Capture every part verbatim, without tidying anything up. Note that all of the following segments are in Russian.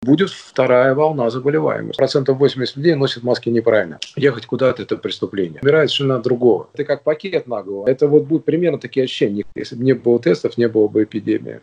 будет вторая волна заболеваемости. Процентов восемьдесят людей носят маски неправильно. Ехать куда-то – это преступление. Умирает совершенно от другого. Это как пакет на голову. Это вот будут примерно такие ощущения. Если бы не было тестов, не было бы эпидемии.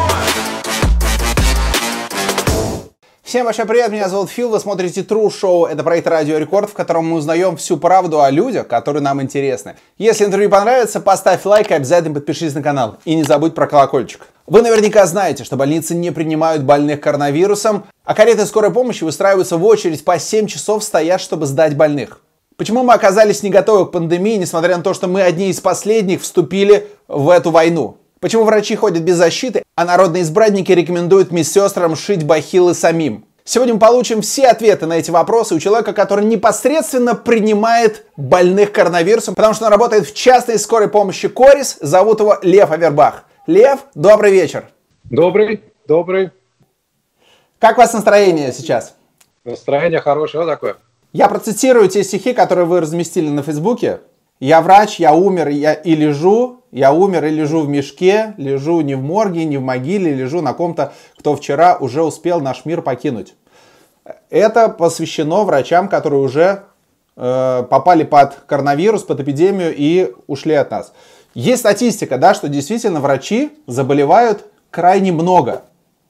Всем большой привет, меня зовут Фил, вы смотрите True Show, это проект Радио Рекорд, в котором мы узнаем всю правду о людях, которые нам интересны. Если интервью понравится, поставь лайк и обязательно подпишись на канал. И не забудь про колокольчик. Вы наверняка знаете, что больницы не принимают больных коронавирусом, а кареты скорой помощи выстраиваются в очередь по семь часов стоят, чтобы сдать больных. Почему мы оказались не готовы к пандемии, несмотря на то, что мы одни из последних вступили в эту войну? Почему врачи ходят без защиты, а народные избранники рекомендуют медсестрам шить бахилы самим? Сегодня мы получим все ответы на эти вопросы у человека, который непосредственно принимает больных коронавирусом, потому что он работает в частной скорой помощи Корис. Зовут его Лев Авербах. Лев, добрый вечер. Добрый, добрый. Как у вас настроение сейчас? Настроение хорошее, вот такое. Я процитирую те стихи, которые вы разместили на Фейсбуке. Я врач, я умер я и лежу, я умер и лежу в мешке, лежу не в морге, не в могиле, лежу на ком-то, кто вчера уже успел наш мир покинуть. Это посвящено врачам, которые уже э, попали под коронавирус, под эпидемию и ушли от нас. Есть статистика, да, что действительно врачи заболевают крайне много.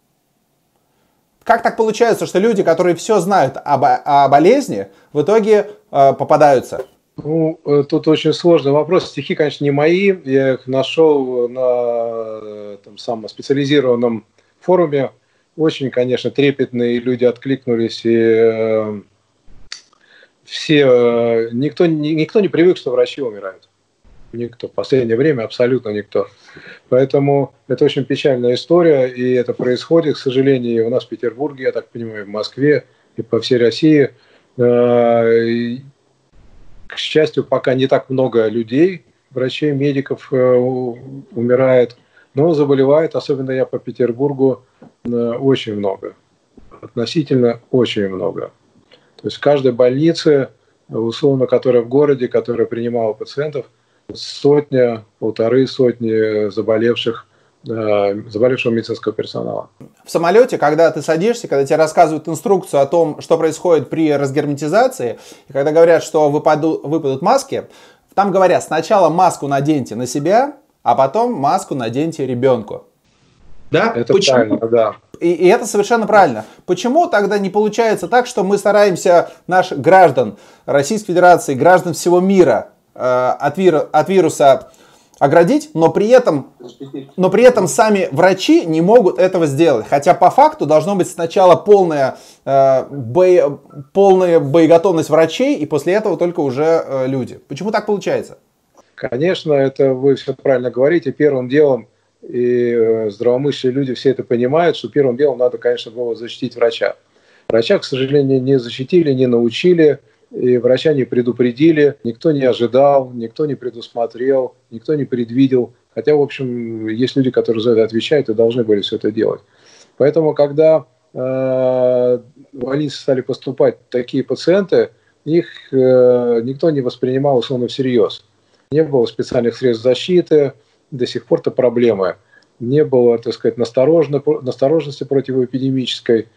Как так получается, что люди, которые все знают об, о болезни, в итоге э, попадаются? Ну, тут очень сложный вопрос. Стихи, конечно, не мои. Я их нашел на там, самом специализированном форуме. Очень, конечно, трепетные люди откликнулись. И э, все, э, никто, ни, никто не привык, что врачи умирают. Никто. В последнее время абсолютно никто. Поэтому это очень печальная история. И это происходит, к сожалению, и у нас в Петербурге, я так понимаю, в Москве и по всей России. Э, К счастью, пока не так много людей, врачей, медиков э, умирает, но заболевает, особенно я по Петербургу, э, очень много. Относительно очень много. То есть в каждой больнице, условно, которая в городе, которая принимала пациентов, сотня, полторы сотни заболевших, заболевшего медицинского персонала. В самолете, когда ты садишься, когда тебе рассказывают инструкцию о том, что происходит при разгерметизации, и когда говорят, что выпадут, выпадут маски, там говорят, сначала маску наденьте на себя, а потом маску наденьте ребенку. Да? Это Почему? правильно, да. И, и это совершенно правильно. Почему тогда не получается так, что мы стараемся наших граждан Российской Федерации, граждан всего мира э, от, виру, от вируса оградить, но при этом, но при этом сами врачи не могут этого сделать. Хотя по факту должно быть сначала полная, э, бо, полная боеготовность врачей, и после этого только уже э, люди. Почему так получается? Конечно, это вы все правильно говорите. Первым делом, и э, здравомыслящие люди все это понимают, что первым делом надо, конечно, было защитить врача. Врача, к сожалению, не защитили, не научили. И врача не предупредили, никто не ожидал, никто не предусмотрел, никто не предвидел. Хотя, в общем, есть люди, которые за это отвечают и должны были все это делать. Поэтому, когда э, в больницы стали поступать такие пациенты, их э, никто не воспринимал условно всерьез. Не было специальных средств защиты, до сих пор это проблемы. Не было, так сказать, настороженности противоэпидемической.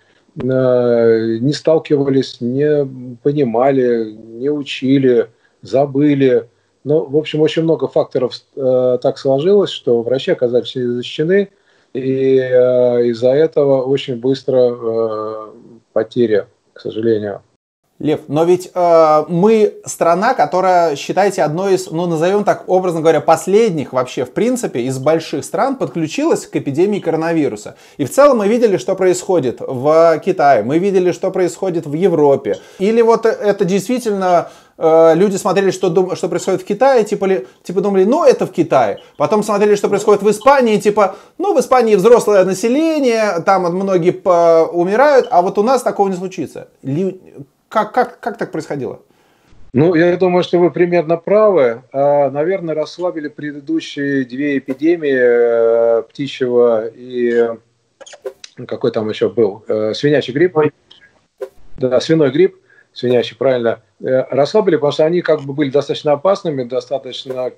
Не сталкивались, не понимали, не учили, забыли. Ну, в общем, очень много факторов э, так сложилось, что врачи оказались защищены, и э, из-за этого очень быстро э, потери, к сожалению. Лев, но ведь э, мы страна, которая, считайте, одной из, ну, назовем так, образно говоря, последних вообще, в принципе, из больших стран подключилась к эпидемии коронавируса. И в целом мы видели, что происходит в Китае, мы видели, что происходит в Европе. Или вот это действительно э, люди смотрели, что, дум, что происходит в Китае, типа, ли, типа думали, ну, это в Китае. Потом смотрели, что происходит в Испании, типа, ну, в Испании взрослое население, там многие по- умирают, а вот у нас такого не случится. Ли, Как, как, как так происходило? Ну, я думаю, что вы примерно правы. Наверное, расслабили предыдущие две эпидемии птичьего и какой там еще был? Свинячий грипп. Да, свиной грипп, свинячий, правильно. Расслабили, потому что они как бы были достаточно опасными, достаточно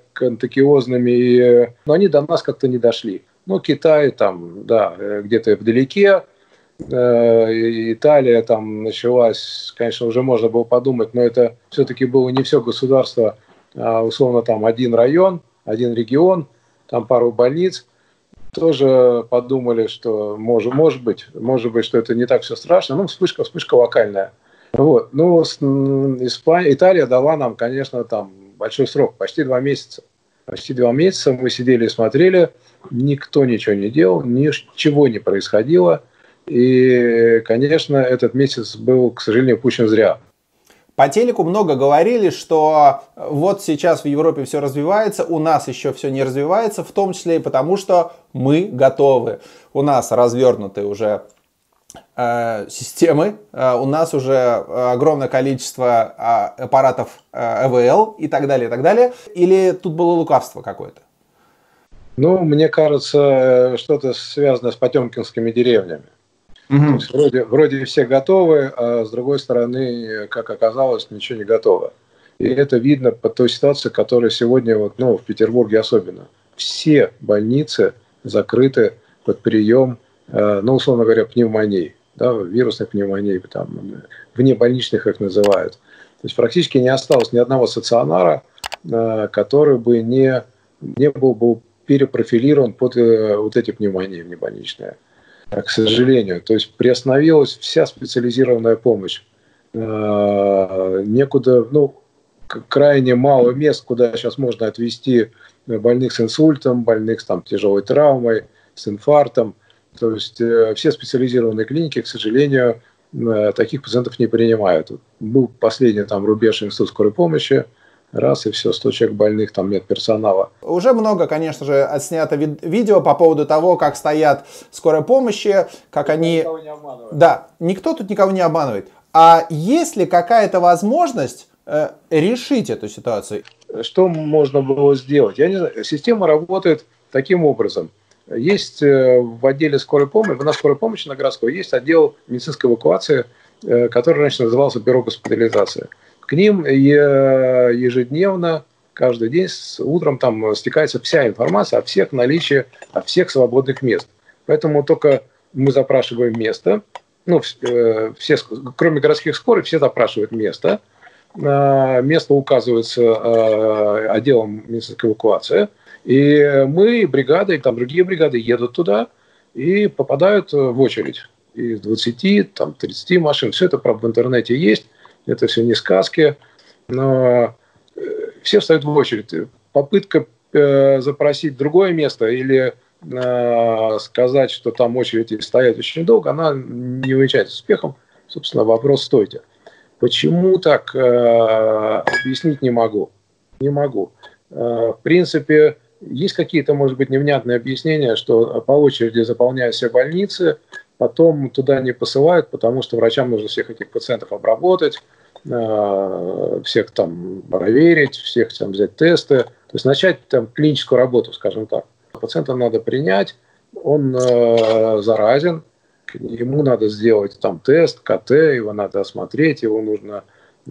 контагиозными, но они до нас как-то не дошли. Ну, Китай там, да, где-то вдалеке, Италия там началась, конечно, уже можно было подумать, но это все-таки было не все государство, а условно там один район, один регион, там пару больниц. Тоже подумали, что может, может быть, может быть, что это не так все страшно. Ну, вспышка, вспышка локальная. Вот. Ну, Испания, Италия дала нам, конечно, там большой срок, почти два месяца. Почти два месяца мы сидели и смотрели, никто ничего не делал, ничего не происходило. И, конечно, этот месяц был, к сожалению, пущен зря. По телеку много говорили, что вот сейчас в Европе все развивается, у нас еще все не развивается, в том числе и потому, что мы готовы. У нас развернуты уже э, системы, э, у нас уже огромное количество э, аппаратов э, ЭВЛ и так далее, и так далее. Или тут было лукавство какое-то? Ну, мне кажется, что-то связано с потемкинскими деревнями. Mm-hmm. То есть вроде, вроде все готовы, а с другой стороны, как оказалось, ничего не готово. И это видно по той ситуации, которая сегодня, вот, ну, в Петербурге особенно. Все больницы закрыты под прием, э, ну, условно говоря, пневмонии, да, вирусной пневмонии, там, внебольничных их называют. То есть практически не осталось ни одного стационара, э, который бы не, не был бы перепрофилирован под э, вот эти пневмонии внебольничные. К сожалению. То есть приостановилась вся специализированная помощь. Некуда, ну, крайне мало мест, куда сейчас можно отвезти больных с инсультом, больных с там, тяжелой травмой, с инфарктом. То есть все специализированные клиники, к сожалению, таких пациентов не принимают. Был последний там рубеж институт скорой помощи, раз и все, сто человек больных, там нет персонала. Уже много, конечно же, отснято ви- видео по поводу того, как стоят скорой помощи, как никто они... Никого не обманывает. Да, никто тут никого не обманывает. А есть ли какая-то возможность э, решить эту ситуацию? Что можно было сделать? Я не знаю. Система работает таким образом. Есть э, в отделе скорой помощи, в нашей скорой помощи на городской, есть отдел медицинской эвакуации, э, который раньше назывался бюро госпитализации. К ним ежедневно, каждый день с утром там стекается вся информация о всех наличии, о всех свободных мест. Поэтому только мы запрашиваем место. Ну, все, кроме городских скорой, все запрашивают место. Место указывается отделом медицинской эвакуации. И мы, бригады, и там другие бригады едут туда и попадают в очередь. Из двадцати, там, тридцати машин. Все это, правда, в интернете есть. Это все не сказки, но все встают в очередь. Попытка э, запросить другое место или э, сказать, что там очереди стоят очень долго, она не увенчается успехом. Собственно, вопрос стойте. Почему так, э, объяснить не могу. Не могу. Э, в принципе, есть какие-то, может быть, невнятные объяснения, что по очереди заполняют все больницы, потом туда не посылают, потому что врачам нужно всех этих пациентов обработать, всех там проверить, всех там взять тесты. То есть начать там клиническую работу, скажем так. Пациента надо принять, он э, заразен, ему надо сделать там тест, ка тэ, его надо осмотреть, его нужно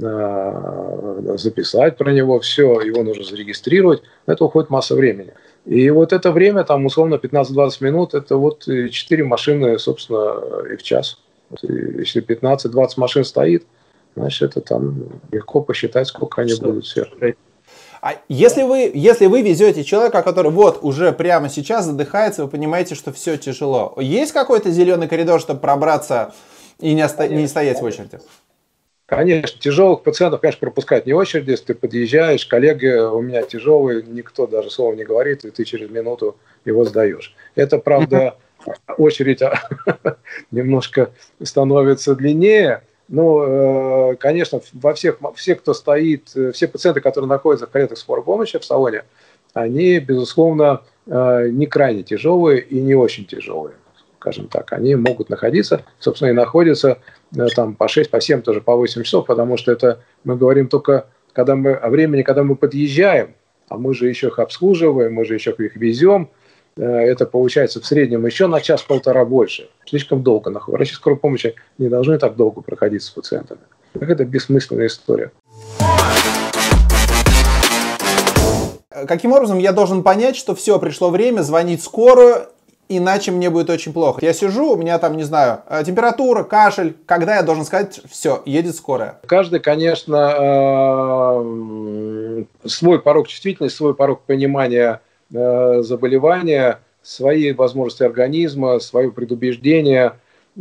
э, записать про него все, его нужно зарегистрировать. На это уходит масса времени. И вот это время, там, условно, пятнадцать-двадцать минут, это вот четыре машины, собственно, и в час. Если пятнадцать-двадцать машин стоит, значит, это там легко посчитать, сколько они Что? будут все. А если вы, если вы везете человека, который вот уже прямо сейчас задыхается, вы понимаете, что все тяжело, есть какой-то зеленый коридор, чтобы пробраться и не, оста- не стоять в очереди? Конечно, тяжелых пациентов, конечно, пропускать не очередь, если ты подъезжаешь, коллега у меня тяжелый, никто даже слова не говорит, и ты через минуту его сдаешь. Это, правда, очередь немножко становится длиннее, но, конечно, во всех, все, кто стоит, все пациенты, которые находятся в каретах скорой помощи в салоне, они, безусловно, не крайне тяжелые и не очень тяжелые, скажем так. Они могут находиться, собственно, и находятся там по шесть, по семь, тоже по восемь часов, потому что это мы говорим только когда мы, о времени, когда мы подъезжаем, а мы же еще их обслуживаем, мы же еще их везем. Это получается в среднем еще на час-полтора больше. Слишком долго находится. Врачи скорой помощи не должны так долго проходить с пациентами. Это бессмысленная история. Каким образом я должен понять, что все, пришло время звонить скорую иначе мне будет очень плохо. Я сижу, у меня там, не знаю, температура, кашель. Когда я должен сказать, все, едет скорая? Каждый, конечно, свой порог чувствительности, свой порог понимания заболевания, свои возможности организма, свое предубеждение.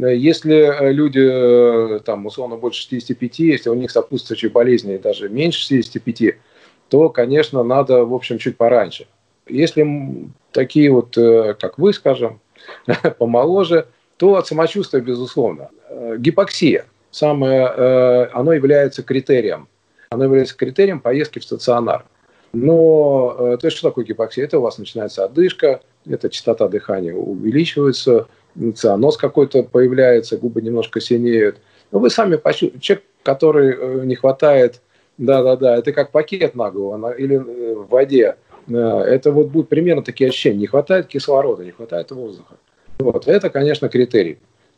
Если люди, там, условно, больше шестидесяти пяти, если у них сопутствующие болезни даже меньше шестидесяти пяти, то, конечно, надо, в общем, чуть пораньше. Если такие вот, как вы, скажем, помоложе, то от самочувствия, безусловно. Гипоксия, самое, оно является критерием. Оно является критерием поездки в стационар. Но, то есть, что такое гипоксия? Это у вас начинается одышка, это частота дыхания увеличивается, цианоз какой-то появляется, губы немножко синеют. Но вы сами почувствуете, человек, который не хватает, да-да-да, это как пакет на голову или в воде. Это вот будут примерно такие ощущения. Не хватает кислорода, не хватает воздуха. Вот. Это, конечно, критерий.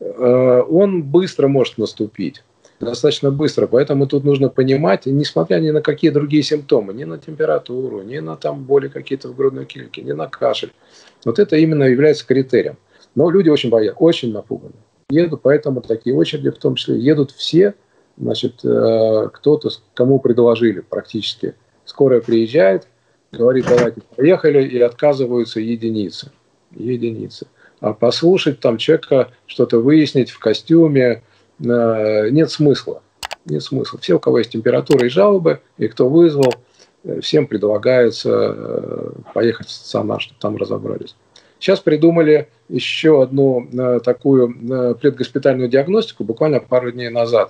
Он быстро может наступить. Достаточно быстро. Поэтому тут нужно понимать, несмотря ни на какие другие симптомы, ни на температуру, ни на там боли какие-то в грудной клетке, ни на кашель. Вот это именно является критерием. Но люди очень боятся, очень напуганы. Едут, поэтому такие очереди, в том числе, едут все, значит, кто-то, кому предложили практически. Скорая приезжает, говорит, давайте поехали, и отказываются единицы. Единицы. А послушать там человека, что-то выяснить в костюме, э, нет смысла. Нет смысла. Все, у кого есть температура и жалобы, и кто вызвал, всем предлагается э, поехать в стационар, чтобы там разобрались. Сейчас придумали еще одну э, такую э, предгоспитальную диагностику, буквально пару дней назад.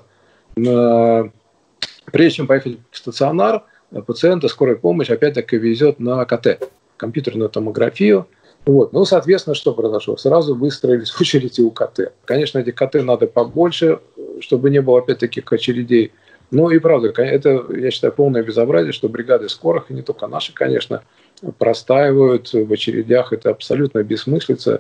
Э, прежде чем поехать в стационар, пациента скорая помощь опять-таки везет на КТ, компьютерную томографию. Вот. Ну, соответственно, что произошло? Сразу выстроились в очереди у КТ. Конечно, этих КТ надо побольше, чтобы не было опять таких очередей. Ну и правда, это, я считаю, полное безобразие, что бригады скорых, и не только наши, конечно, простаивают в очередях. Это абсолютно бессмыслица.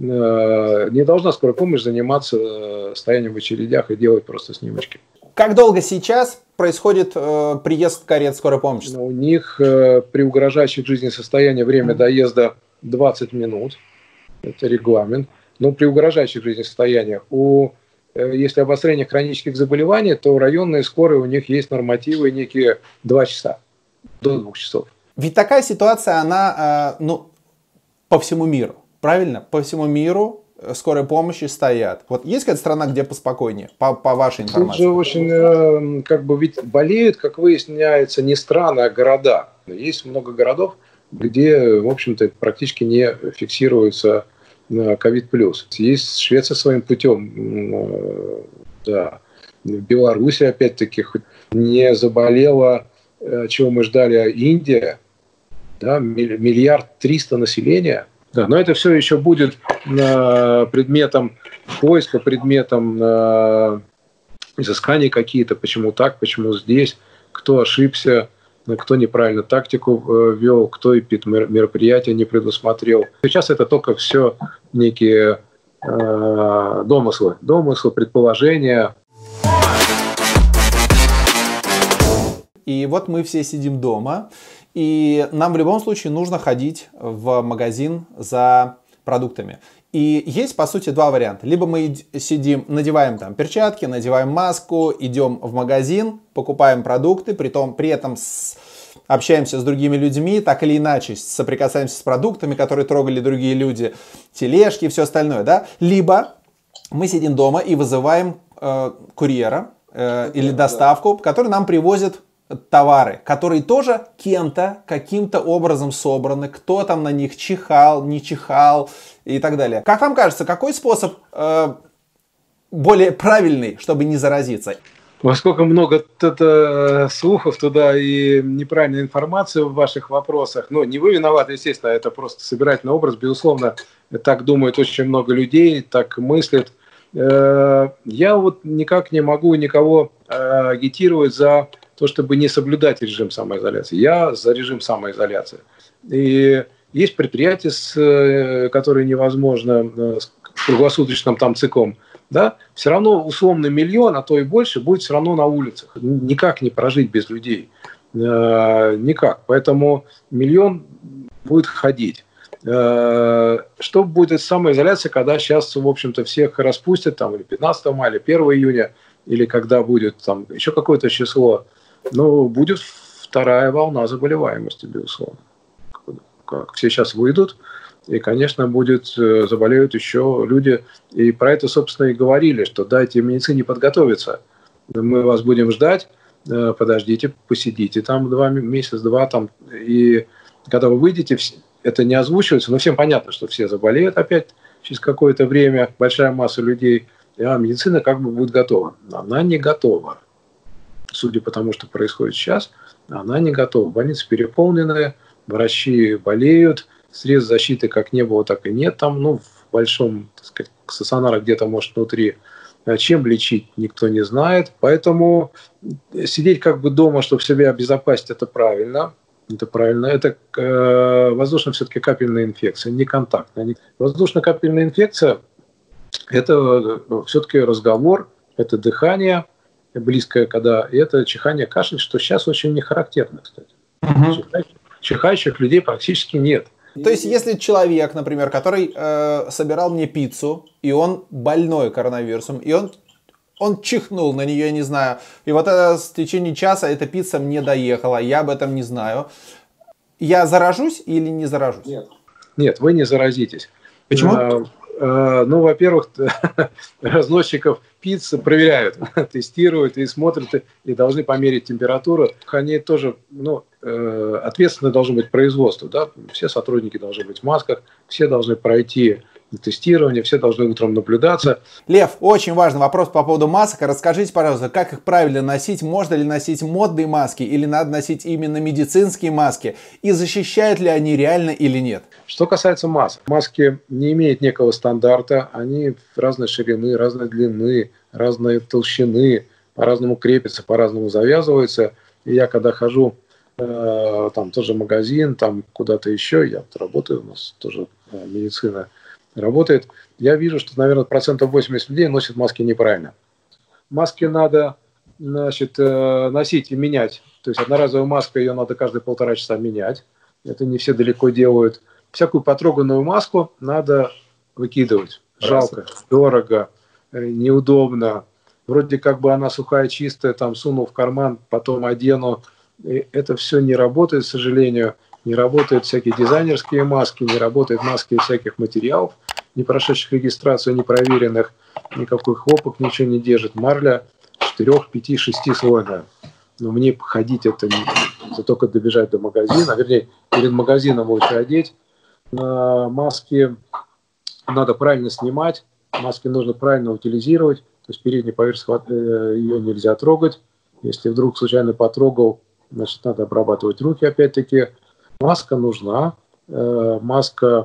Не должна скорая помощь заниматься стоянием в очередях и делать просто снимочки. Как долго сейчас происходит э, приезд карет скорой помощи? У них э, при угрожающих жизни состоянии время доезда двадцать минут. Это регламент. Но при угрожающих жизни состояниях, у, э, если обострение хронических заболеваний, то районные скорые, у них есть нормативы некие два часа, до двух часов. Ведь такая ситуация, она э, ну, по всему миру, правильно? По всему миру скорой помощи стоят. Вот есть какая-то страна, где поспокойнее, по, по вашей информации? Тут же очень, как бы, ведь болеют, как выясняется, не страны, а города. Есть много городов, где, в общем-то, практически не фиксируется ковид плюс. Есть Швеция своим путем, да. В Беларуси, опять-таки, хоть не заболела, чего мы ждали, а Индия, да, миллиард триста населения. Да, но это все еще будет э, предметом поиска, предметом э, изысканий какие-то, почему так, почему здесь, кто ошибся, кто неправильно тактику э, вел, кто эпидмероприятия не предусмотрел. Сейчас это только все некие э, домыслы, домыслы, предположения. И вот мы все сидим дома. И нам в любом случае нужно ходить в магазин за продуктами. И есть, по сути, два варианта. Либо мы сидим, надеваем там перчатки, надеваем маску, идем в магазин, покупаем продукты, при, том, при этом с, общаемся с другими людьми, так или иначе соприкасаемся с продуктами, которые трогали другие люди, тележки и все остальное. Да? Либо мы сидим дома и вызываем э, курьера э, или доставку, который нам привозит товары, которые тоже кем-то, каким-то образом собраны, кто там на них чихал, не чихал и так далее. Как вам кажется, какой способ э, более правильный, чтобы не заразиться? Поскольку много это слухов туда и неправильной информации в ваших вопросах, ну, не вы виноваты, естественно, это просто собирательный образ, безусловно, так думает очень много людей, так мыслят. Я вот никак не могу никого агитировать за то, чтобы не соблюдать режим самоизоляции. Я за режим самоизоляции. И есть предприятия, которые невозможно с круглосуточным там ЦИКом, да, все равно условно миллион, а то и больше, будет все равно на улицах. Никак не прожить без людей. Никак. Поэтому миллион будет ходить. Что будет с самоизоляцией, когда сейчас, в общем-то, всех распустят, там, или пятнадцатого мая, или первого июня, или когда будет там еще какое-то число, ну, будет вторая волна заболеваемости, безусловно. Как все сейчас выйдут, и, конечно, будет, заболеют еще люди. И про это, собственно, и говорили, что дайте медицине подготовиться. Мы вас будем ждать, подождите, посидите там два месяца-два, там, и когда вы выйдете, это не озвучивается, но всем понятно, что все заболеют опять через какое-то время, большая масса людей, а медицина как бы будет готова. Она не готова. Судя по тому, что происходит сейчас, она не готова. Больницы переполнены, врачи болеют, средств защиты как не было, так и нет. Там, ну, в большом, так сказать, стационаре где-то, может, внутри. Чем лечить, никто не знает. Поэтому сидеть как бы дома, чтобы себя обезопасить, это правильно. Это правильно. Это э, воздушно-все-таки капельная инфекция, не контактная. Воздушно-капельная инфекция – это все-таки разговор, это дыхание близкое, когда это чихание, кашель, что сейчас очень не характерно, кстати. Угу. Чихающих, чихающих людей практически нет. То есть, если человек, например, который э, собирал мне пиццу, и он больной коронавирусом, и он, он чихнул на нее, я не знаю, и вот это, в течение часа эта пицца мне доехала, я об этом не знаю, я заражусь или не заражусь? Нет, Нет, вы не заразитесь. Почему? А, а, ну, во-первых, разносчиков пиццы проверяют, тестируют и смотрят, и, и должны померить температуру. Они тоже, ну, э, ответственно должно быть производство, да? Все сотрудники должны быть в масках, все должны пройти тестирование, все должны утром наблюдаться. Лев, очень важный вопрос по поводу масок. Расскажите, пожалуйста, как их правильно носить? Можно ли носить модные маски или надо носить именно медицинские маски? И защищают ли они реально или нет? Что касается масок. Маски не имеют некого стандарта. Они разной ширины, разной длины, разной толщины, по-разному крепятся, по-разному завязываются. И я когда хожу э, там тоже в магазин, там куда-то еще, я вот работаю, у нас тоже э, медицина работает, я вижу, что, наверное, процентов восемьдесят людей носят маски неправильно. Маски надо, значит, носить и менять. То есть одноразовая маска, ее надо каждые полтора часа менять. Это не все далеко делают. Всякую потроганную маску надо выкидывать. Жалко, дорого, неудобно. Вроде как бы она сухая, чистая, там сунул в карман, потом одену. И это все не работает, к сожалению. Не работают всякие дизайнерские маски, не работают маски из всяких материалов, не прошедших регистрацию, не проверенных, никакой хлопок ничего не держит. Марля четырех, пяти, шести слойная. Но мне ходить это не... Это только добежать до магазина, вернее, перед магазином лучше одеть. Маски надо правильно снимать, маски нужно правильно утилизировать, то есть передняя поверхность ее нельзя трогать. Если вдруг случайно потрогал, значит, надо обрабатывать руки опять-таки. Маска нужна, э, маска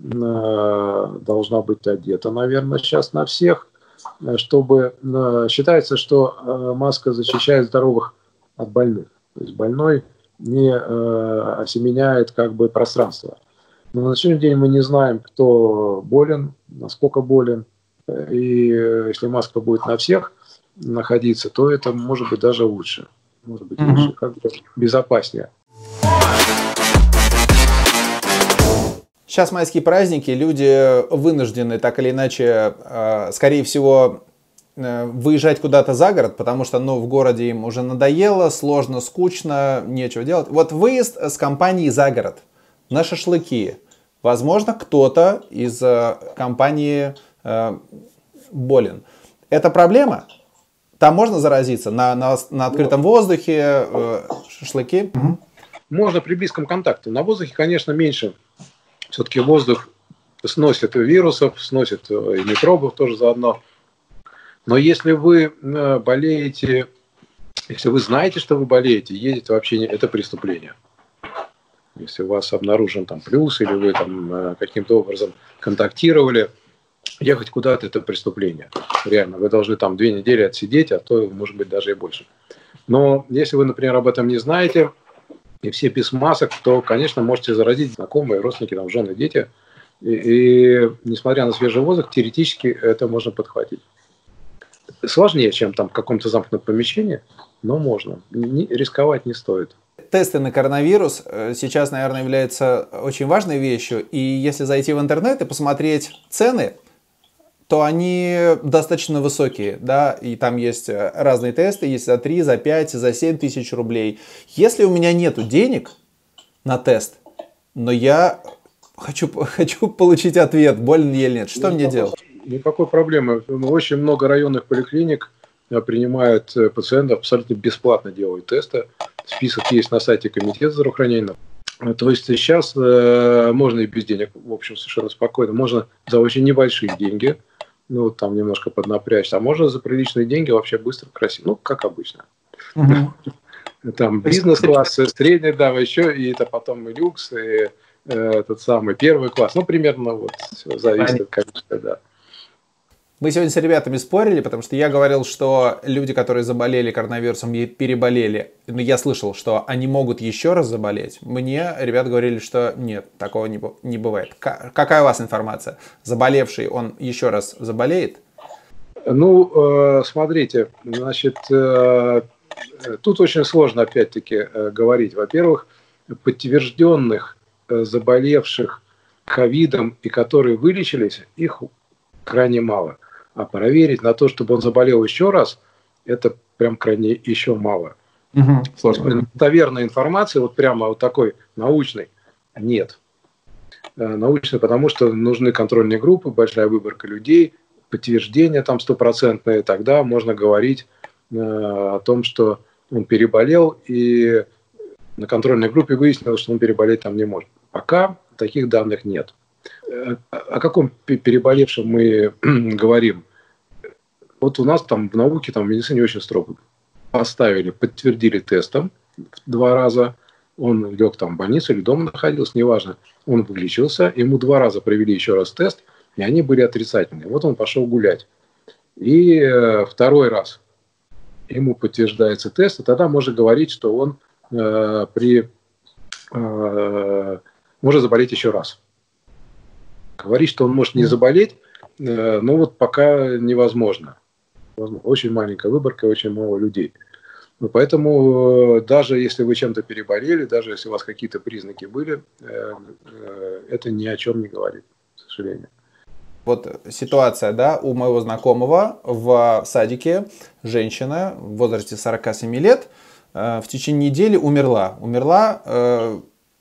э, должна быть одета, наверное, сейчас на всех, чтобы... Э, считается, что э, маска защищает здоровых от больных. То есть больной не э, осеменяет как бы пространство. Но на сегодняшний день мы не знаем, кто болен, насколько болен. И если маска будет на всех находиться, то это может быть даже лучше. Может быть лучше, как бы безопаснее. Сейчас майские праздники, люди вынуждены так или иначе, скорее всего, выезжать куда-то за город, потому что, ну, в городе им уже надоело, сложно, скучно, нечего делать. Вот выезд с компанией за город на шашлыки. Возможно, кто-то из компании болен. Это проблема? Там можно заразиться на, на, на открытом воздухе, шашлыки? Можно при близком контакте. На воздухе, конечно, меньше. Все-таки воздух сносит вирусов, сносит и микробов тоже заодно. Но если вы болеете, если вы знаете, что вы болеете, ездить вообще не, это преступление. Если у вас обнаружен там плюс, или вы там каким-то образом контактировали, ехать куда-то – это преступление. Реально, вы должны там две недели отсидеть, а то, может быть, даже и больше. Но если вы, например, об этом не знаете, и все без масок, то, конечно, можете заразить знакомые, родственники, там, жены, дети. И, и несмотря на свежий воздух, теоретически это можно подхватить. Сложнее, чем там в каком-то замкнутом помещении, но можно. Не, рисковать не стоит. тесты на коронавирус сейчас, наверное, являются очень важной вещью. И если зайти в интернет и посмотреть цены, то они достаточно высокие, да, и там есть разные тесты, есть за три, за пять, за семь тысяч рублей. Если у меня нету денег на тест, но я хочу, хочу получить ответ, больно или нет, что Никакой, мне делать? Никакой проблемы. Очень много районных поликлиник принимают пациентов, абсолютно бесплатно делают тесты. Список есть на сайте Комитета здравоохранения. То есть сейчас э, можно и без денег, в общем, совершенно спокойно. Можно за очень небольшие деньги, ну, там немножко поднапрячься, а можно за приличные деньги вообще быстро, красиво, ну, как обычно. Угу. Там бизнес-класс, средний, да, еще, и это потом и люкс, и э, тот самый первый класс. Ну, примерно вот, все зависит от количества, да. Мы сегодня с ребятами спорили, потому что я говорил, что люди, которые заболели коронавирусом и переболели, но я слышал, что они могут еще раз заболеть. Мне ребята говорили, что нет, такого не, не бывает. К- какая у вас информация? Заболевший, он еще раз заболеет? Ну, э, смотрите, значит, э, тут очень сложно, опять-таки, э, говорить. Во-первых, подтвержденных э, заболевших ковидом и которые вылечились, их крайне мало. А проверить на то, чтобы он заболел еще раз, это прям крайне еще мало. Угу, сложно. Достоверной информации, вот прямо вот такой научной, нет. Научной, потому что нужны контрольные группы, большая выборка людей, подтверждение там стопроцентное, тогда можно говорить э, о том, что он переболел, и на контрольной группе выяснилось, что он переболеть там не может. Пока таких данных нет. О каком переболевшем мы говорим? Вот у нас там в науке, там в медицине очень строго. Поставили, подтвердили тестом два раза. Он лег там в больницу или дома находился, неважно. Он вылечился, ему два раза провели еще раз тест, и они были отрицательные. Вот он пошел гулять. И э, второй раз ему подтверждается тест, и тогда можно говорить, что он э, при, э, может заболеть еще раз. Говорить, что он может не заболеть, э, но вот пока невозможно. Очень маленькая выборка, очень мало людей. Ну, поэтому даже если вы чем-то переболели, даже если у вас какие-то признаки были, э, э, это ни о чем не говорит, к сожалению. Вот ситуация, да, у моего знакомого в садике женщина в возрасте сорока семи лет э, в течение недели умерла. Умерла, э,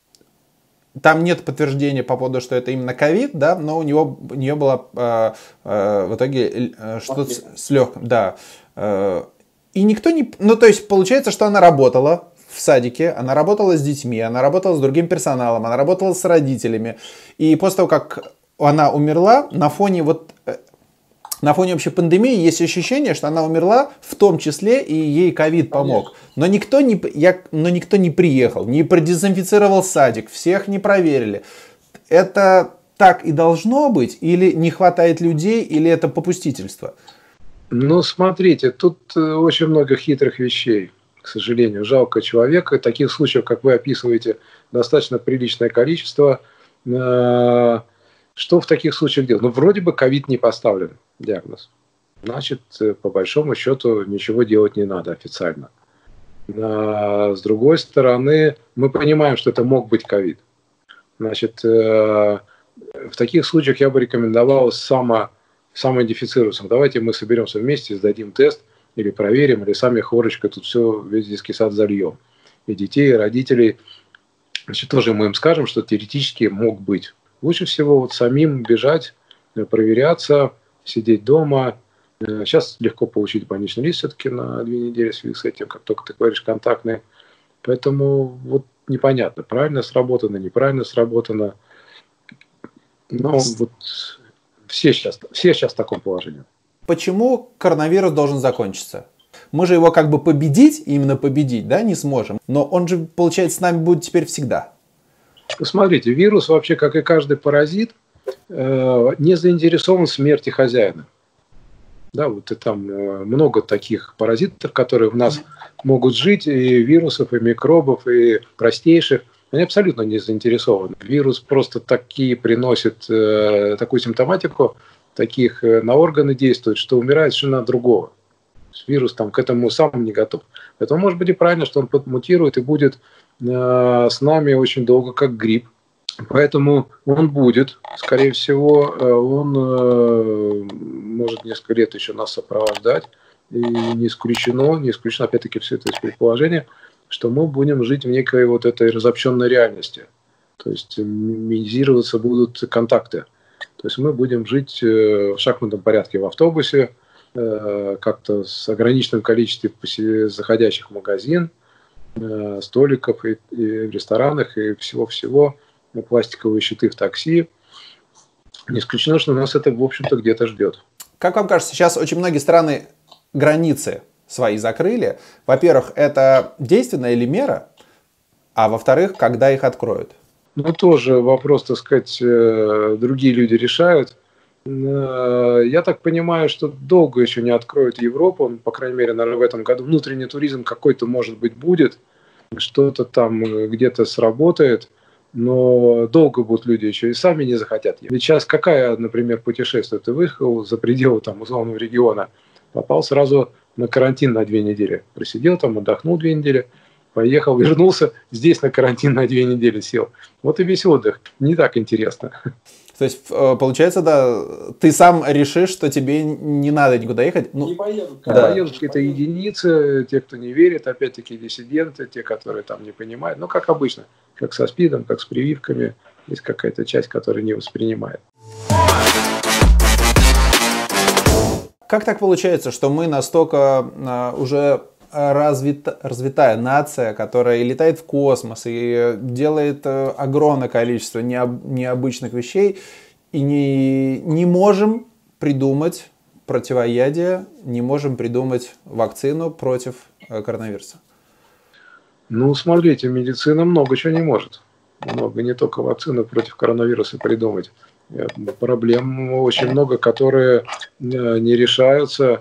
там нет подтверждения по поводу, что это именно ковид, да, но у, него, у нее было э, э, в итоге э, что-то с, с легким, да. Э, и никто не... Ну, то есть, получается, что она работала в садике, она работала с детьми, она работала с другим персоналом, она работала с родителями. И после того, как она умерла, на фоне вот... На фоне вообще пандемии есть ощущение, что она умерла, в том числе и ей ковид помог. Но никто, не, я, но никто не приехал, не продезинфицировал садик, всех не проверили. Это так и должно быть? Или не хватает людей, или это попустительство? Ну, смотрите, тут очень много хитрых вещей, к сожалению. Жалко человека. Таких случаев, как вы описываете, достаточно приличное количество. Что в таких случаях делать? Ну, вроде бы ковид не поставлен, диагноз. Значит, по большому счету, ничего делать не надо официально. А с другой стороны, мы понимаем, что это мог быть ковид. Значит, в таких случаях я бы рекомендовал само, самоидентифицироваться. Давайте мы соберемся вместе, сдадим тест, или проверим, или сами хорочкой тут все, весь детский сад зальем. И детей, и родителей. Значит, тоже мы им скажем, что теоретически мог быть. Лучше всего вот самим бежать, проверяться, сидеть дома. Сейчас легко получить больничный лист все-таки на две недели в связи с этим, как только ты говоришь контактный. Поэтому вот непонятно, правильно сработано, неправильно сработано. Но вот все сейчас, все сейчас в таком положении. Почему коронавирус должен закончиться? Мы же его как бы победить, именно победить, да, не сможем. Но он же, получается, с нами будет теперь всегда. Смотрите, вирус вообще, как и каждый паразит, не заинтересован в смерти хозяина. Да, вот и там много таких паразитов, которые в нас могут жить, и вирусов, и микробов, и простейших. Они абсолютно не заинтересованы. Вирус просто такие приносит такую симптоматику, таких на органы действует, что умирает совершенно от другого. Вирус там к этому сам не готов. Поэтому может быть и правильно, что он подмутирует и будет э, с нами очень долго, как грипп. Поэтому он будет, скорее всего, он э, может несколько лет еще нас сопровождать. И не исключено, не исключено, опять-таки, все это из предположения, что мы будем жить в некой вот этой разобщенной реальности. То есть минимизироваться будут контакты. То есть мы будем жить в шахматном порядке в автобусе, как-то с ограниченным количеством заходящих в магазин, столиков и, и в ресторанах, и всего-всего, пластиковые щиты в такси. Не исключено, что нас это, в общем-то, где-то ждет. Как вам кажется, сейчас очень многие страны границы свои закрыли. Во-первых, это действенная ли мера, а во-вторых, когда их откроют? Ну, тоже вопрос, так сказать, другие люди решают. Я так понимаю, что долго еще не откроют Европу, по крайней мере, наверное, в этом году. Внутренний туризм какой-то, может быть, будет, что-то там где-то сработает, но долго будут люди еще и сами не захотят. Ведь сейчас какая, например, путешествие? Ты выехал за пределы там, условного региона, попал сразу на карантин на две недели. Просидел там, отдохнул две недели, поехал, вернулся, здесь на карантин на две недели сел. Вот и весь отдых. Не так интересно. То есть, получается, да, ты сам решишь, что тебе не надо никуда ехать? Ну, не поедут. Да. Поедут какие-то единицы, те, кто не верит, опять-таки диссиденты, те, которые там не понимают. Ну, как обычно, как со СПИДом, как с прививками. Есть какая-то часть, которая не воспринимает. Как так получается, что мы настолько uh, уже развита, развитая нация, которая и летает в космос, и делает uh, огромное количество необ, необычных вещей, и не, не можем придумать противоядие, не можем придумать вакцину против uh, коронавируса? Ну, смотрите, медицина много чего не может. Много, не только вакцину против коронавируса придумать. Проблем очень много, которые не решаются,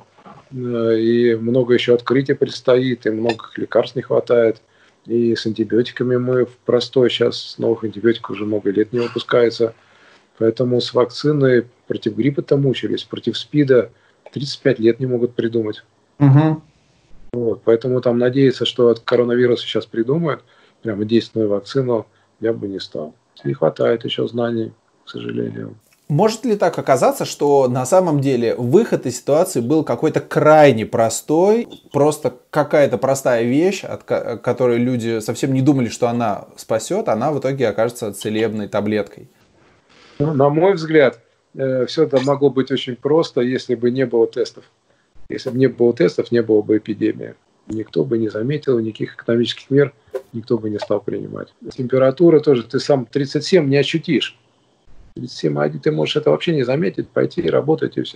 и много еще открытий предстоит, и много лекарств не хватает. И с антибиотиками мы в простой, сейчас новых антибиотиков уже много лет не выпускается. Поэтому с вакциной против гриппа-то мучились, против СПИДа тридцать пять лет не могут придумать. Угу. Вот, поэтому там надеяться, что от коронавируса сейчас придумают прямо действенную вакцину, я бы не стал. Не хватает еще знаний, к сожалению. Может ли так оказаться, что на самом деле выход из ситуации был какой-то крайне простой, просто какая-то простая вещь, от которой люди совсем не думали, что она спасет, она в итоге окажется целебной таблеткой? Ну, на мой взгляд, все это могло быть очень просто, если бы не было тестов. Если бы не было тестов, не было бы эпидемии. Никто бы не заметил, никаких экономических мер никто бы не стал принимать. Температура тоже, ты сам тридцать семь не ощутишь. тридцать семь, ты можешь это вообще не заметить, пойти и работать, и все.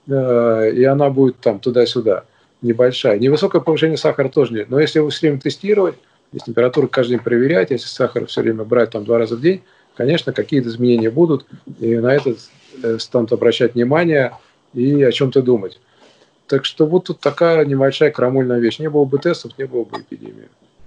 И она будет там туда-сюда, небольшая. Невысокое повышение сахара тоже нет. Но если его все время тестировать, если температуру каждый день проверять, если сахар все время брать там два раза в день, конечно, какие-то изменения будут, и на это станут обращать внимание и о чем-то думать. Так что вот тут такая небольшая крамольная вещь. Не было бы тестов, не было бы эпидемии.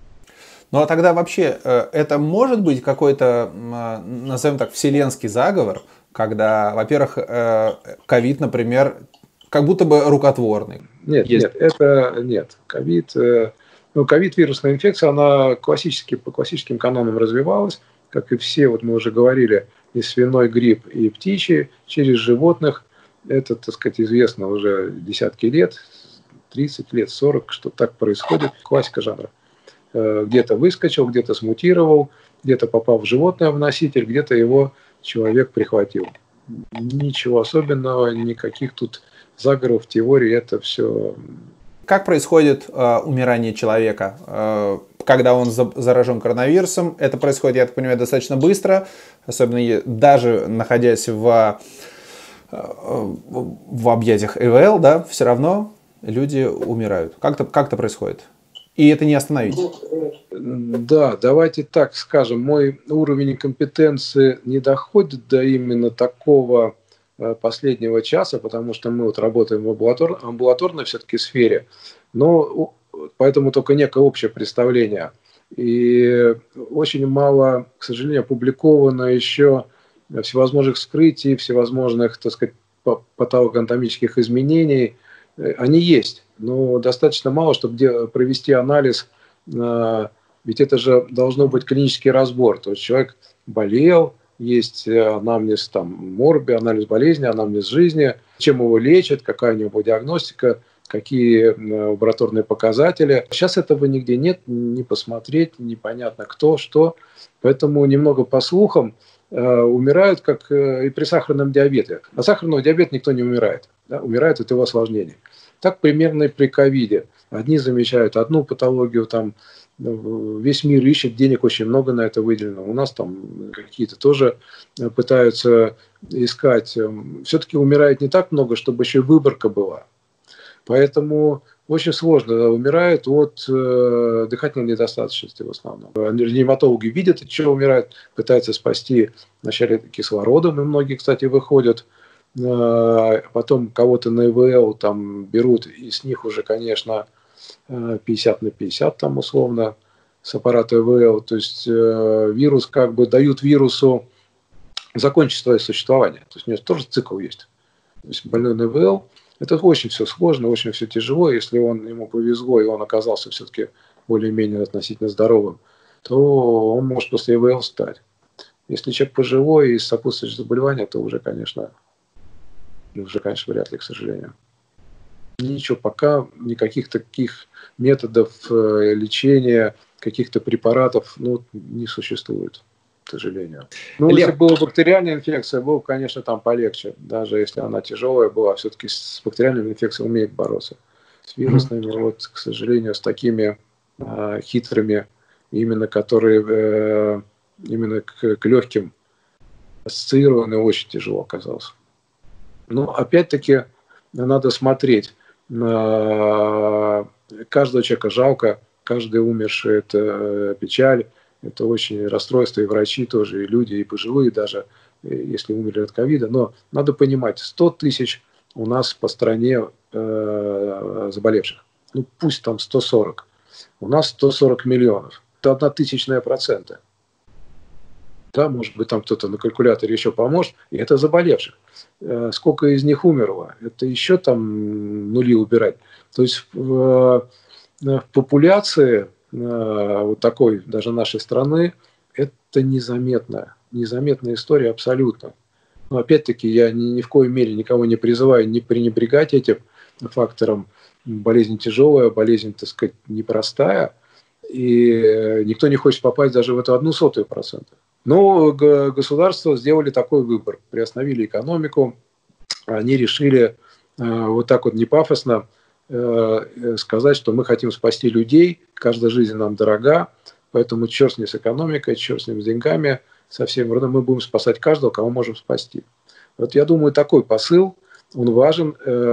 Ну а тогда вообще это может быть какой-то, назовем так, вселенский заговор, когда, во-первых, ковид, например, как будто бы рукотворный? Нет, Есть. нет, это нет. Ковид, ну, ковид вирусная инфекция, она классически, по классическим канонам развивалась, как и все, вот мы уже говорили, и свиной грипп, и птичий, через животных. Это, так сказать, известно уже десятки лет, тридцать лет, сорок, что так происходит. Классика жанра. Где-то выскочил, где-то смутировал, где-то попал в животное, в носитель, где-то его человек прихватил. Ничего особенного, никаких тут заговоров, теорий, это все. Как происходит э, умирание человека, э, когда он за, заражен коронавирусом? Это происходит, я так понимаю, достаточно быстро, особенно даже находясь в, э, в объятиях ИВЛ, да, все равно люди умирают. Как-то, как-то происходит. И это не остановить. Да, давайте так скажем, мой уровень компетенции не доходит до именно такого последнего часа, потому что мы вот работаем в амбулатор, амбулаторной все-таки сфере, но поэтому только некое общее представление. И очень мало, к сожалению, опубликовано еще всевозможных вскрытий, всевозможных, так сказать, патологоанатомических изменений. Они есть. Но достаточно мало, чтобы провести анализ, ведь это же должно быть клинический разбор. То есть человек болел, есть анамнез там, морби, анализ болезни, анамнез жизни, чем его лечат, какая у него диагностика, какие лабораторные показатели. Сейчас этого нигде нет, не посмотреть, непонятно кто, что. Поэтому немного по слухам умирают, как и при сахарном диабете. От сахарного диабета никто не умирает, да? Умирает от его осложнений. Так примерно и при ковиде. Одни замечают одну патологию, там весь мир ищет, денег очень много на это выделено. У нас там какие-то тоже пытаются искать. Все-таки умирает не так много, чтобы еще и выборка была. Поэтому очень сложно. Умирают от э, дыхательной недостаточности в основном. Реаниматологи видят, от чего умирают, пытаются спасти вначале кислородом, и многие, кстати, выходят. Э, потом кого-то на ИВЛ там берут, и с них уже, конечно, пятьдесят на пятьдесят там условно с аппарата ИВЛ. То есть э, вирус как бы дают вирусу закончить свое существование. То есть у него тоже цикл есть. То есть больной на ИВЛ. Это очень все сложно, очень все тяжело. Если он, ему повезло, и он оказался все-таки более-менее относительно здоровым, то он может после ИВЛ стать. Если человек пожилой и с сопутствующим заболеванием, то уже, конечно, уже, конечно, вряд ли, к сожалению. Ничего, пока никаких таких методов лечения, каких-то препаратов ну, не существует, к сожалению. Ну, Лев. Если была бактериальная инфекция, было, конечно, там полегче. Даже если она тяжелая была, все-таки с бактериальной инфекцией умеет бороться. С вирусными, mm-hmm. вот, к сожалению, с такими э, хитрыми, именно которые э, именно к, к легким ассоциированы, очень тяжело оказалось. Но опять-таки надо смотреть. Э, каждого человека жалко, каждый умерший – это печаль. Это очень расстройство, и врачи тоже, и люди, и пожилые даже, если умерли от ковида. Но надо понимать, сто тысяч у нас по стране э, заболевших. Ну пусть там сто сорок. У нас сто сорок миллионов. Это одна тысячная процента. Да, может быть, там кто-то на калькуляторе еще поможет. И это заболевших. Э, сколько из них умерло? Это еще там нули убирать. То есть в, в популяции вот такой, даже нашей страны, это незаметная, незаметная история абсолютно. Но опять-таки я ни, ни в коей мере никого не призываю не пренебрегать этим фактором. Болезнь тяжелая, болезнь, так сказать, непростая, и никто не хочет попасть даже в эту одну сотую процента. Но государство сделали такой выбор, приостановили экономику, они решили вот так вот не пафосно сказать, что мы хотим спасти людей, каждая жизнь нам дорога, поэтому черт с ней с экономикой, черт с ним с деньгами, со всем родом, мы будем спасать каждого, кого можем спасти. Вот я думаю, такой посыл, он важен,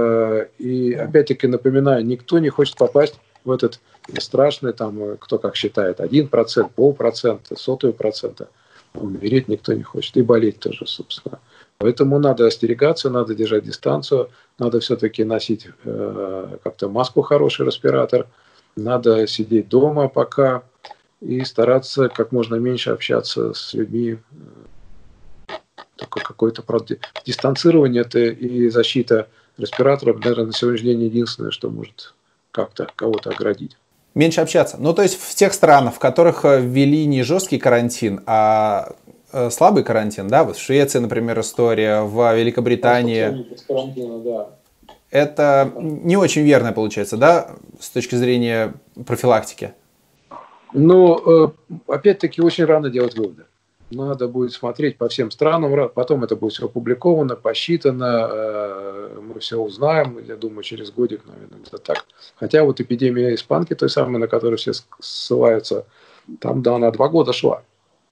и опять-таки напоминаю, никто не хочет попасть в этот страшный, там, кто как считает, один процент, полпроцента, сотую процента, умереть никто не хочет, и болеть тоже, собственно. Поэтому надо остерегаться, надо держать дистанцию, надо все-таки носить э, как-то маску, хороший респиратор, надо сидеть дома пока и стараться как можно меньше общаться с людьми. Такое какое-то, правда, дистанцирование это и защита респираторов, наверное, на сегодняшний день единственное, что может как-то кого-то оградить. Меньше общаться. Ну, то есть в тех странах, в которых ввели не жесткий карантин, а слабый карантин, да, вот в Швеции, например, история, в Великобритании. Да. Это не очень верно получается, да, с точки зрения профилактики? Ну, опять-таки, очень рано делать выводы. Надо будет смотреть по всем странам, потом это будет все опубликовано, посчитано, мы все узнаем, я думаю, через годик, наверное, это так. Хотя вот эпидемия испанки, той самой, на которую все ссылаются, там, да, она два года шла.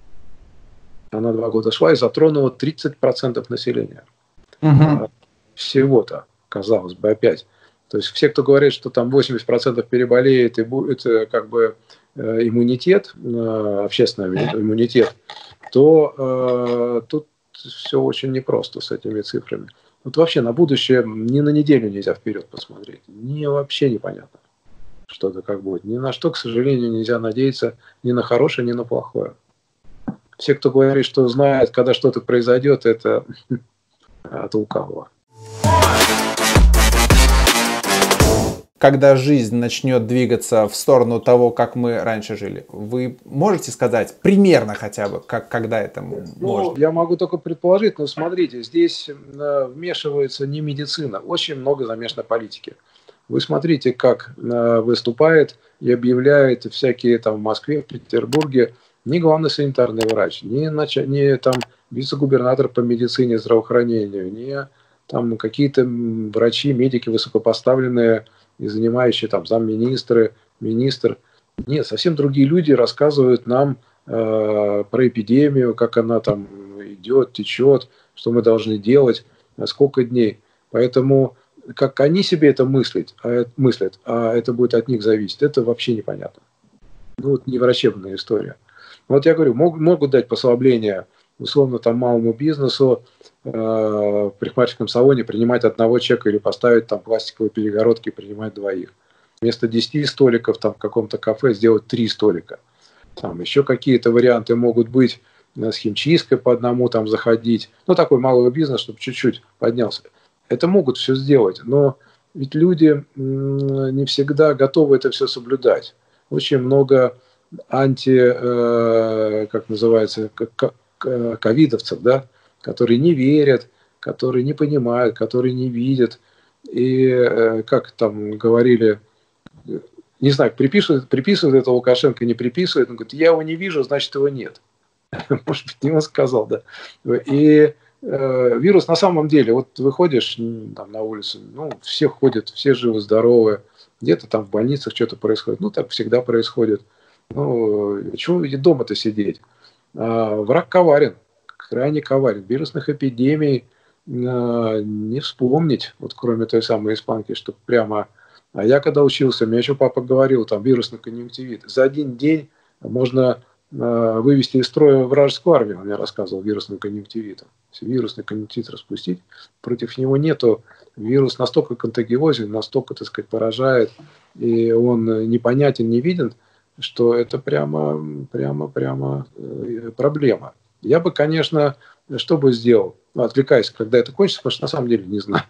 Она два года шла и затронула тридцать процентов населения. Угу. Всего-то, казалось бы, опять. То есть все, кто говорит, что там восемьдесят процентов переболеет, и будет как бы иммунитет, общественный иммунитет, то э, тут все очень непросто с этими цифрами. Вот вообще на будущее ни на неделю нельзя вперед посмотреть. Ни вообще непонятно, что это как будет. Ни на что, к сожалению, нельзя надеяться, ни на хорошее, ни на плохое. Все, кто говорит, что знает, когда что-то произойдет, это от лукавого. когда жизнь начнет двигаться в сторону того, как мы раньше жили? Вы можете сказать примерно хотя бы, как, когда это Ну, может? я могу только предположить, но смотрите, здесь э, вмешивается не медицина, очень много замешано политики. Вы смотрите, как э, выступает и объявляет всякие там в Москве, в Петербурге ни главный санитарный врач, ни, нач... ни там вице-губернатор по медицине, здравоохранению, ни там какие-то врачи, медики высокопоставленные и занимающие там замминистры, министр. Нет, совсем другие люди рассказывают нам э, про эпидемию, как она там идет, течет, что мы должны делать, сколько дней. Поэтому как они себе это мыслят, а, мыслят, а это будет от них зависеть, это вообще непонятно. Ну, вот не врачебная история. Вот я говорю, мог, могут дать послабление, условно, там малому бизнесу э, в парикмахерском салоне принимать одного человека или поставить там пластиковые перегородки и принимать двоих. Вместо десяти столиков там в каком-то кафе сделать три столика. Там еще какие-то варианты могут быть, с химчисткой по одному там заходить. Ну, такой малый бизнес, чтобы чуть-чуть поднялся. Это могут все сделать, но ведь люди не всегда готовы это все соблюдать. Очень много анти, э, как называется, ковидовцев, да, которые не верят, которые не понимают, которые не видят. И, э, как там говорили, не знаю, приписывают, приписывают это Лукашенко, не приписывают. Он говорит, я его не вижу, значит, его нет. Может быть, не он сказал, да. И э, вирус на самом деле, вот выходишь там, на улицу, ну, все ходят, все живы-здоровы, где-то там в больницах что-то происходит. Ну, так всегда происходит. Ну, чего дома-то сидеть? А, враг коварен, крайне коварен. Вирусных эпидемий а, не вспомнить, вот кроме той самой испанки, что прямо... А я когда учился, мне еще папа говорил, там, вирусный конъюнктивит. За один день можно а, вывести из строя вражескую армию, он мне рассказывал, вирусным конъюнктивитом. Если вирусный конъюнктивит распустить, против него нету. Вирус настолько контагиозен, настолько, так сказать, поражает, и он непонятен, не виден, что это прямо, прямо, прямо э, проблема. Я бы, конечно, что бы сделал, ну, отвлекаясь, когда это кончится, потому что на самом деле не знаю.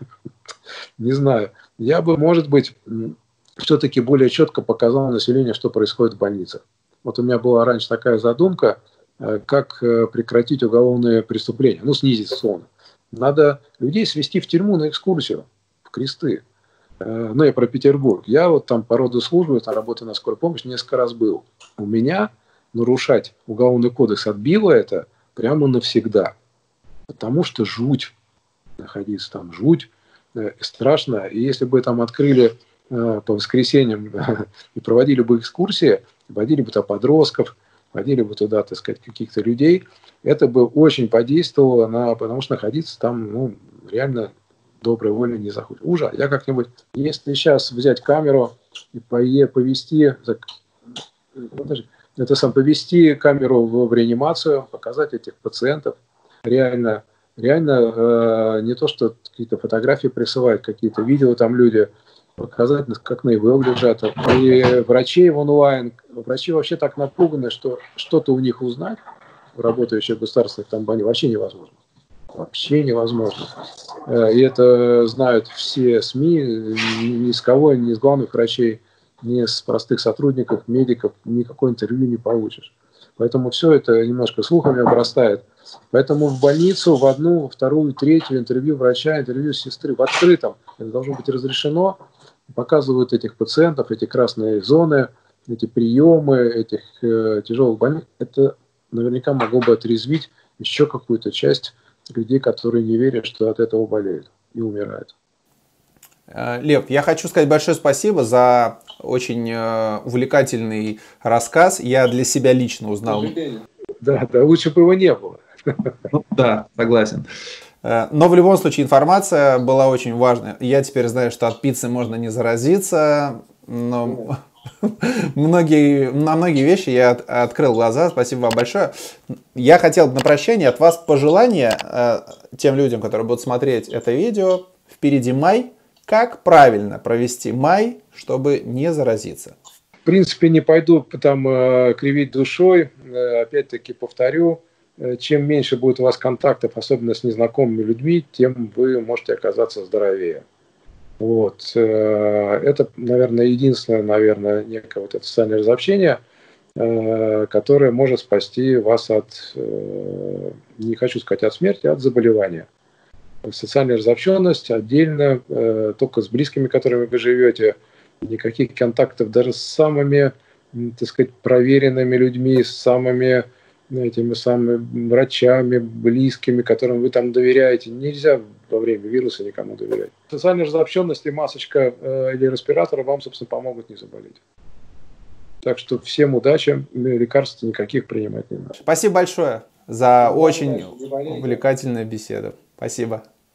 Не знаю. Я бы, может быть, все-таки более четко показал населению, что происходит в больницах. Вот у меня была раньше такая задумка, как прекратить уголовные преступления, ну, снизить сон. Надо людей свести в тюрьму на экскурсию, в кресты. Ну, я про Петербург. Я вот там по роду службы, там работаю на скорой помощи, несколько раз был. У меня нарушать уголовный кодекс отбило это прямо навсегда. Потому что жуть. Находиться там жуть. Э, страшно. И если бы там открыли э, по воскресеньям и проводили бы экскурсии, водили бы туда подростков, водили бы туда, так сказать, каких-то людей, это бы очень подействовало, на, потому что находиться там, ну, реально доброй воли не заходит. Ужас. Я как-нибудь, если сейчас взять камеру и повести, это сам повести камеру в реанимацию, показать этих пациентов, реально, реально э, не то, что какие-то фотографии присылают, какие-то видео там люди, показать, как на ИВЛ лежат. И врачей в онлайн, врачи вообще так напуганы, что что-то у них узнать, работающих в государственных там больницах, вообще невозможно. Вообще невозможно. И это знают все СМИ, ни с кого, ни с главных врачей, ни с простых сотрудников, медиков, никакой интервью не получишь. Поэтому все это немножко слухами обрастает. Поэтому в больницу, в одну, во вторую, третью интервью врача, интервью сестры в открытом, это должно быть разрешено, показывают этих пациентов, эти красные зоны, эти приемы, этих э, тяжелых больных. Это наверняка могло бы отрезвить еще какую-то часть людей, которые не верят, что от этого болеют и умирают. Лев, я хочу сказать большое спасибо за очень увлекательный рассказ. Я для себя лично узнал. Да, да, лучше бы его не было. Ну, да, согласен. Но в любом случае информация была очень важная. Я теперь знаю, что от пиццы можно не заразиться, но многие, на многие вещи я от, открыл глаза. Спасибо вам большое. Я хотел на прощание от вас пожелания э, тем людям, которые будут смотреть это видео. Впереди май. Как правильно провести май, чтобы не заразиться? В принципе, не пойду там э, кривить душой. Э, опять-таки повторю, э, чем меньше будет у вас контактов, особенно с незнакомыми людьми, тем вы можете оказаться здоровее. Вот. Это, наверное, единственное, наверное, некое вот это социальное разобщение, которое может спасти вас от, не хочу сказать от смерти, а от заболевания. Социальная разобщенность отдельно, только с близкими, которыми вы живете, никаких контактов даже с самыми, так сказать, проверенными людьми, с самыми этими самыми врачами, близкими, которым вы там доверяете. Нельзя во время вируса никому доверять. Социальная разобщенность и масочка э, или респиратор вам, собственно, помогут не заболеть. Так что всем удачи, лекарств никаких принимать не надо. Спасибо большое за очень увлекательную беседу. Спасибо.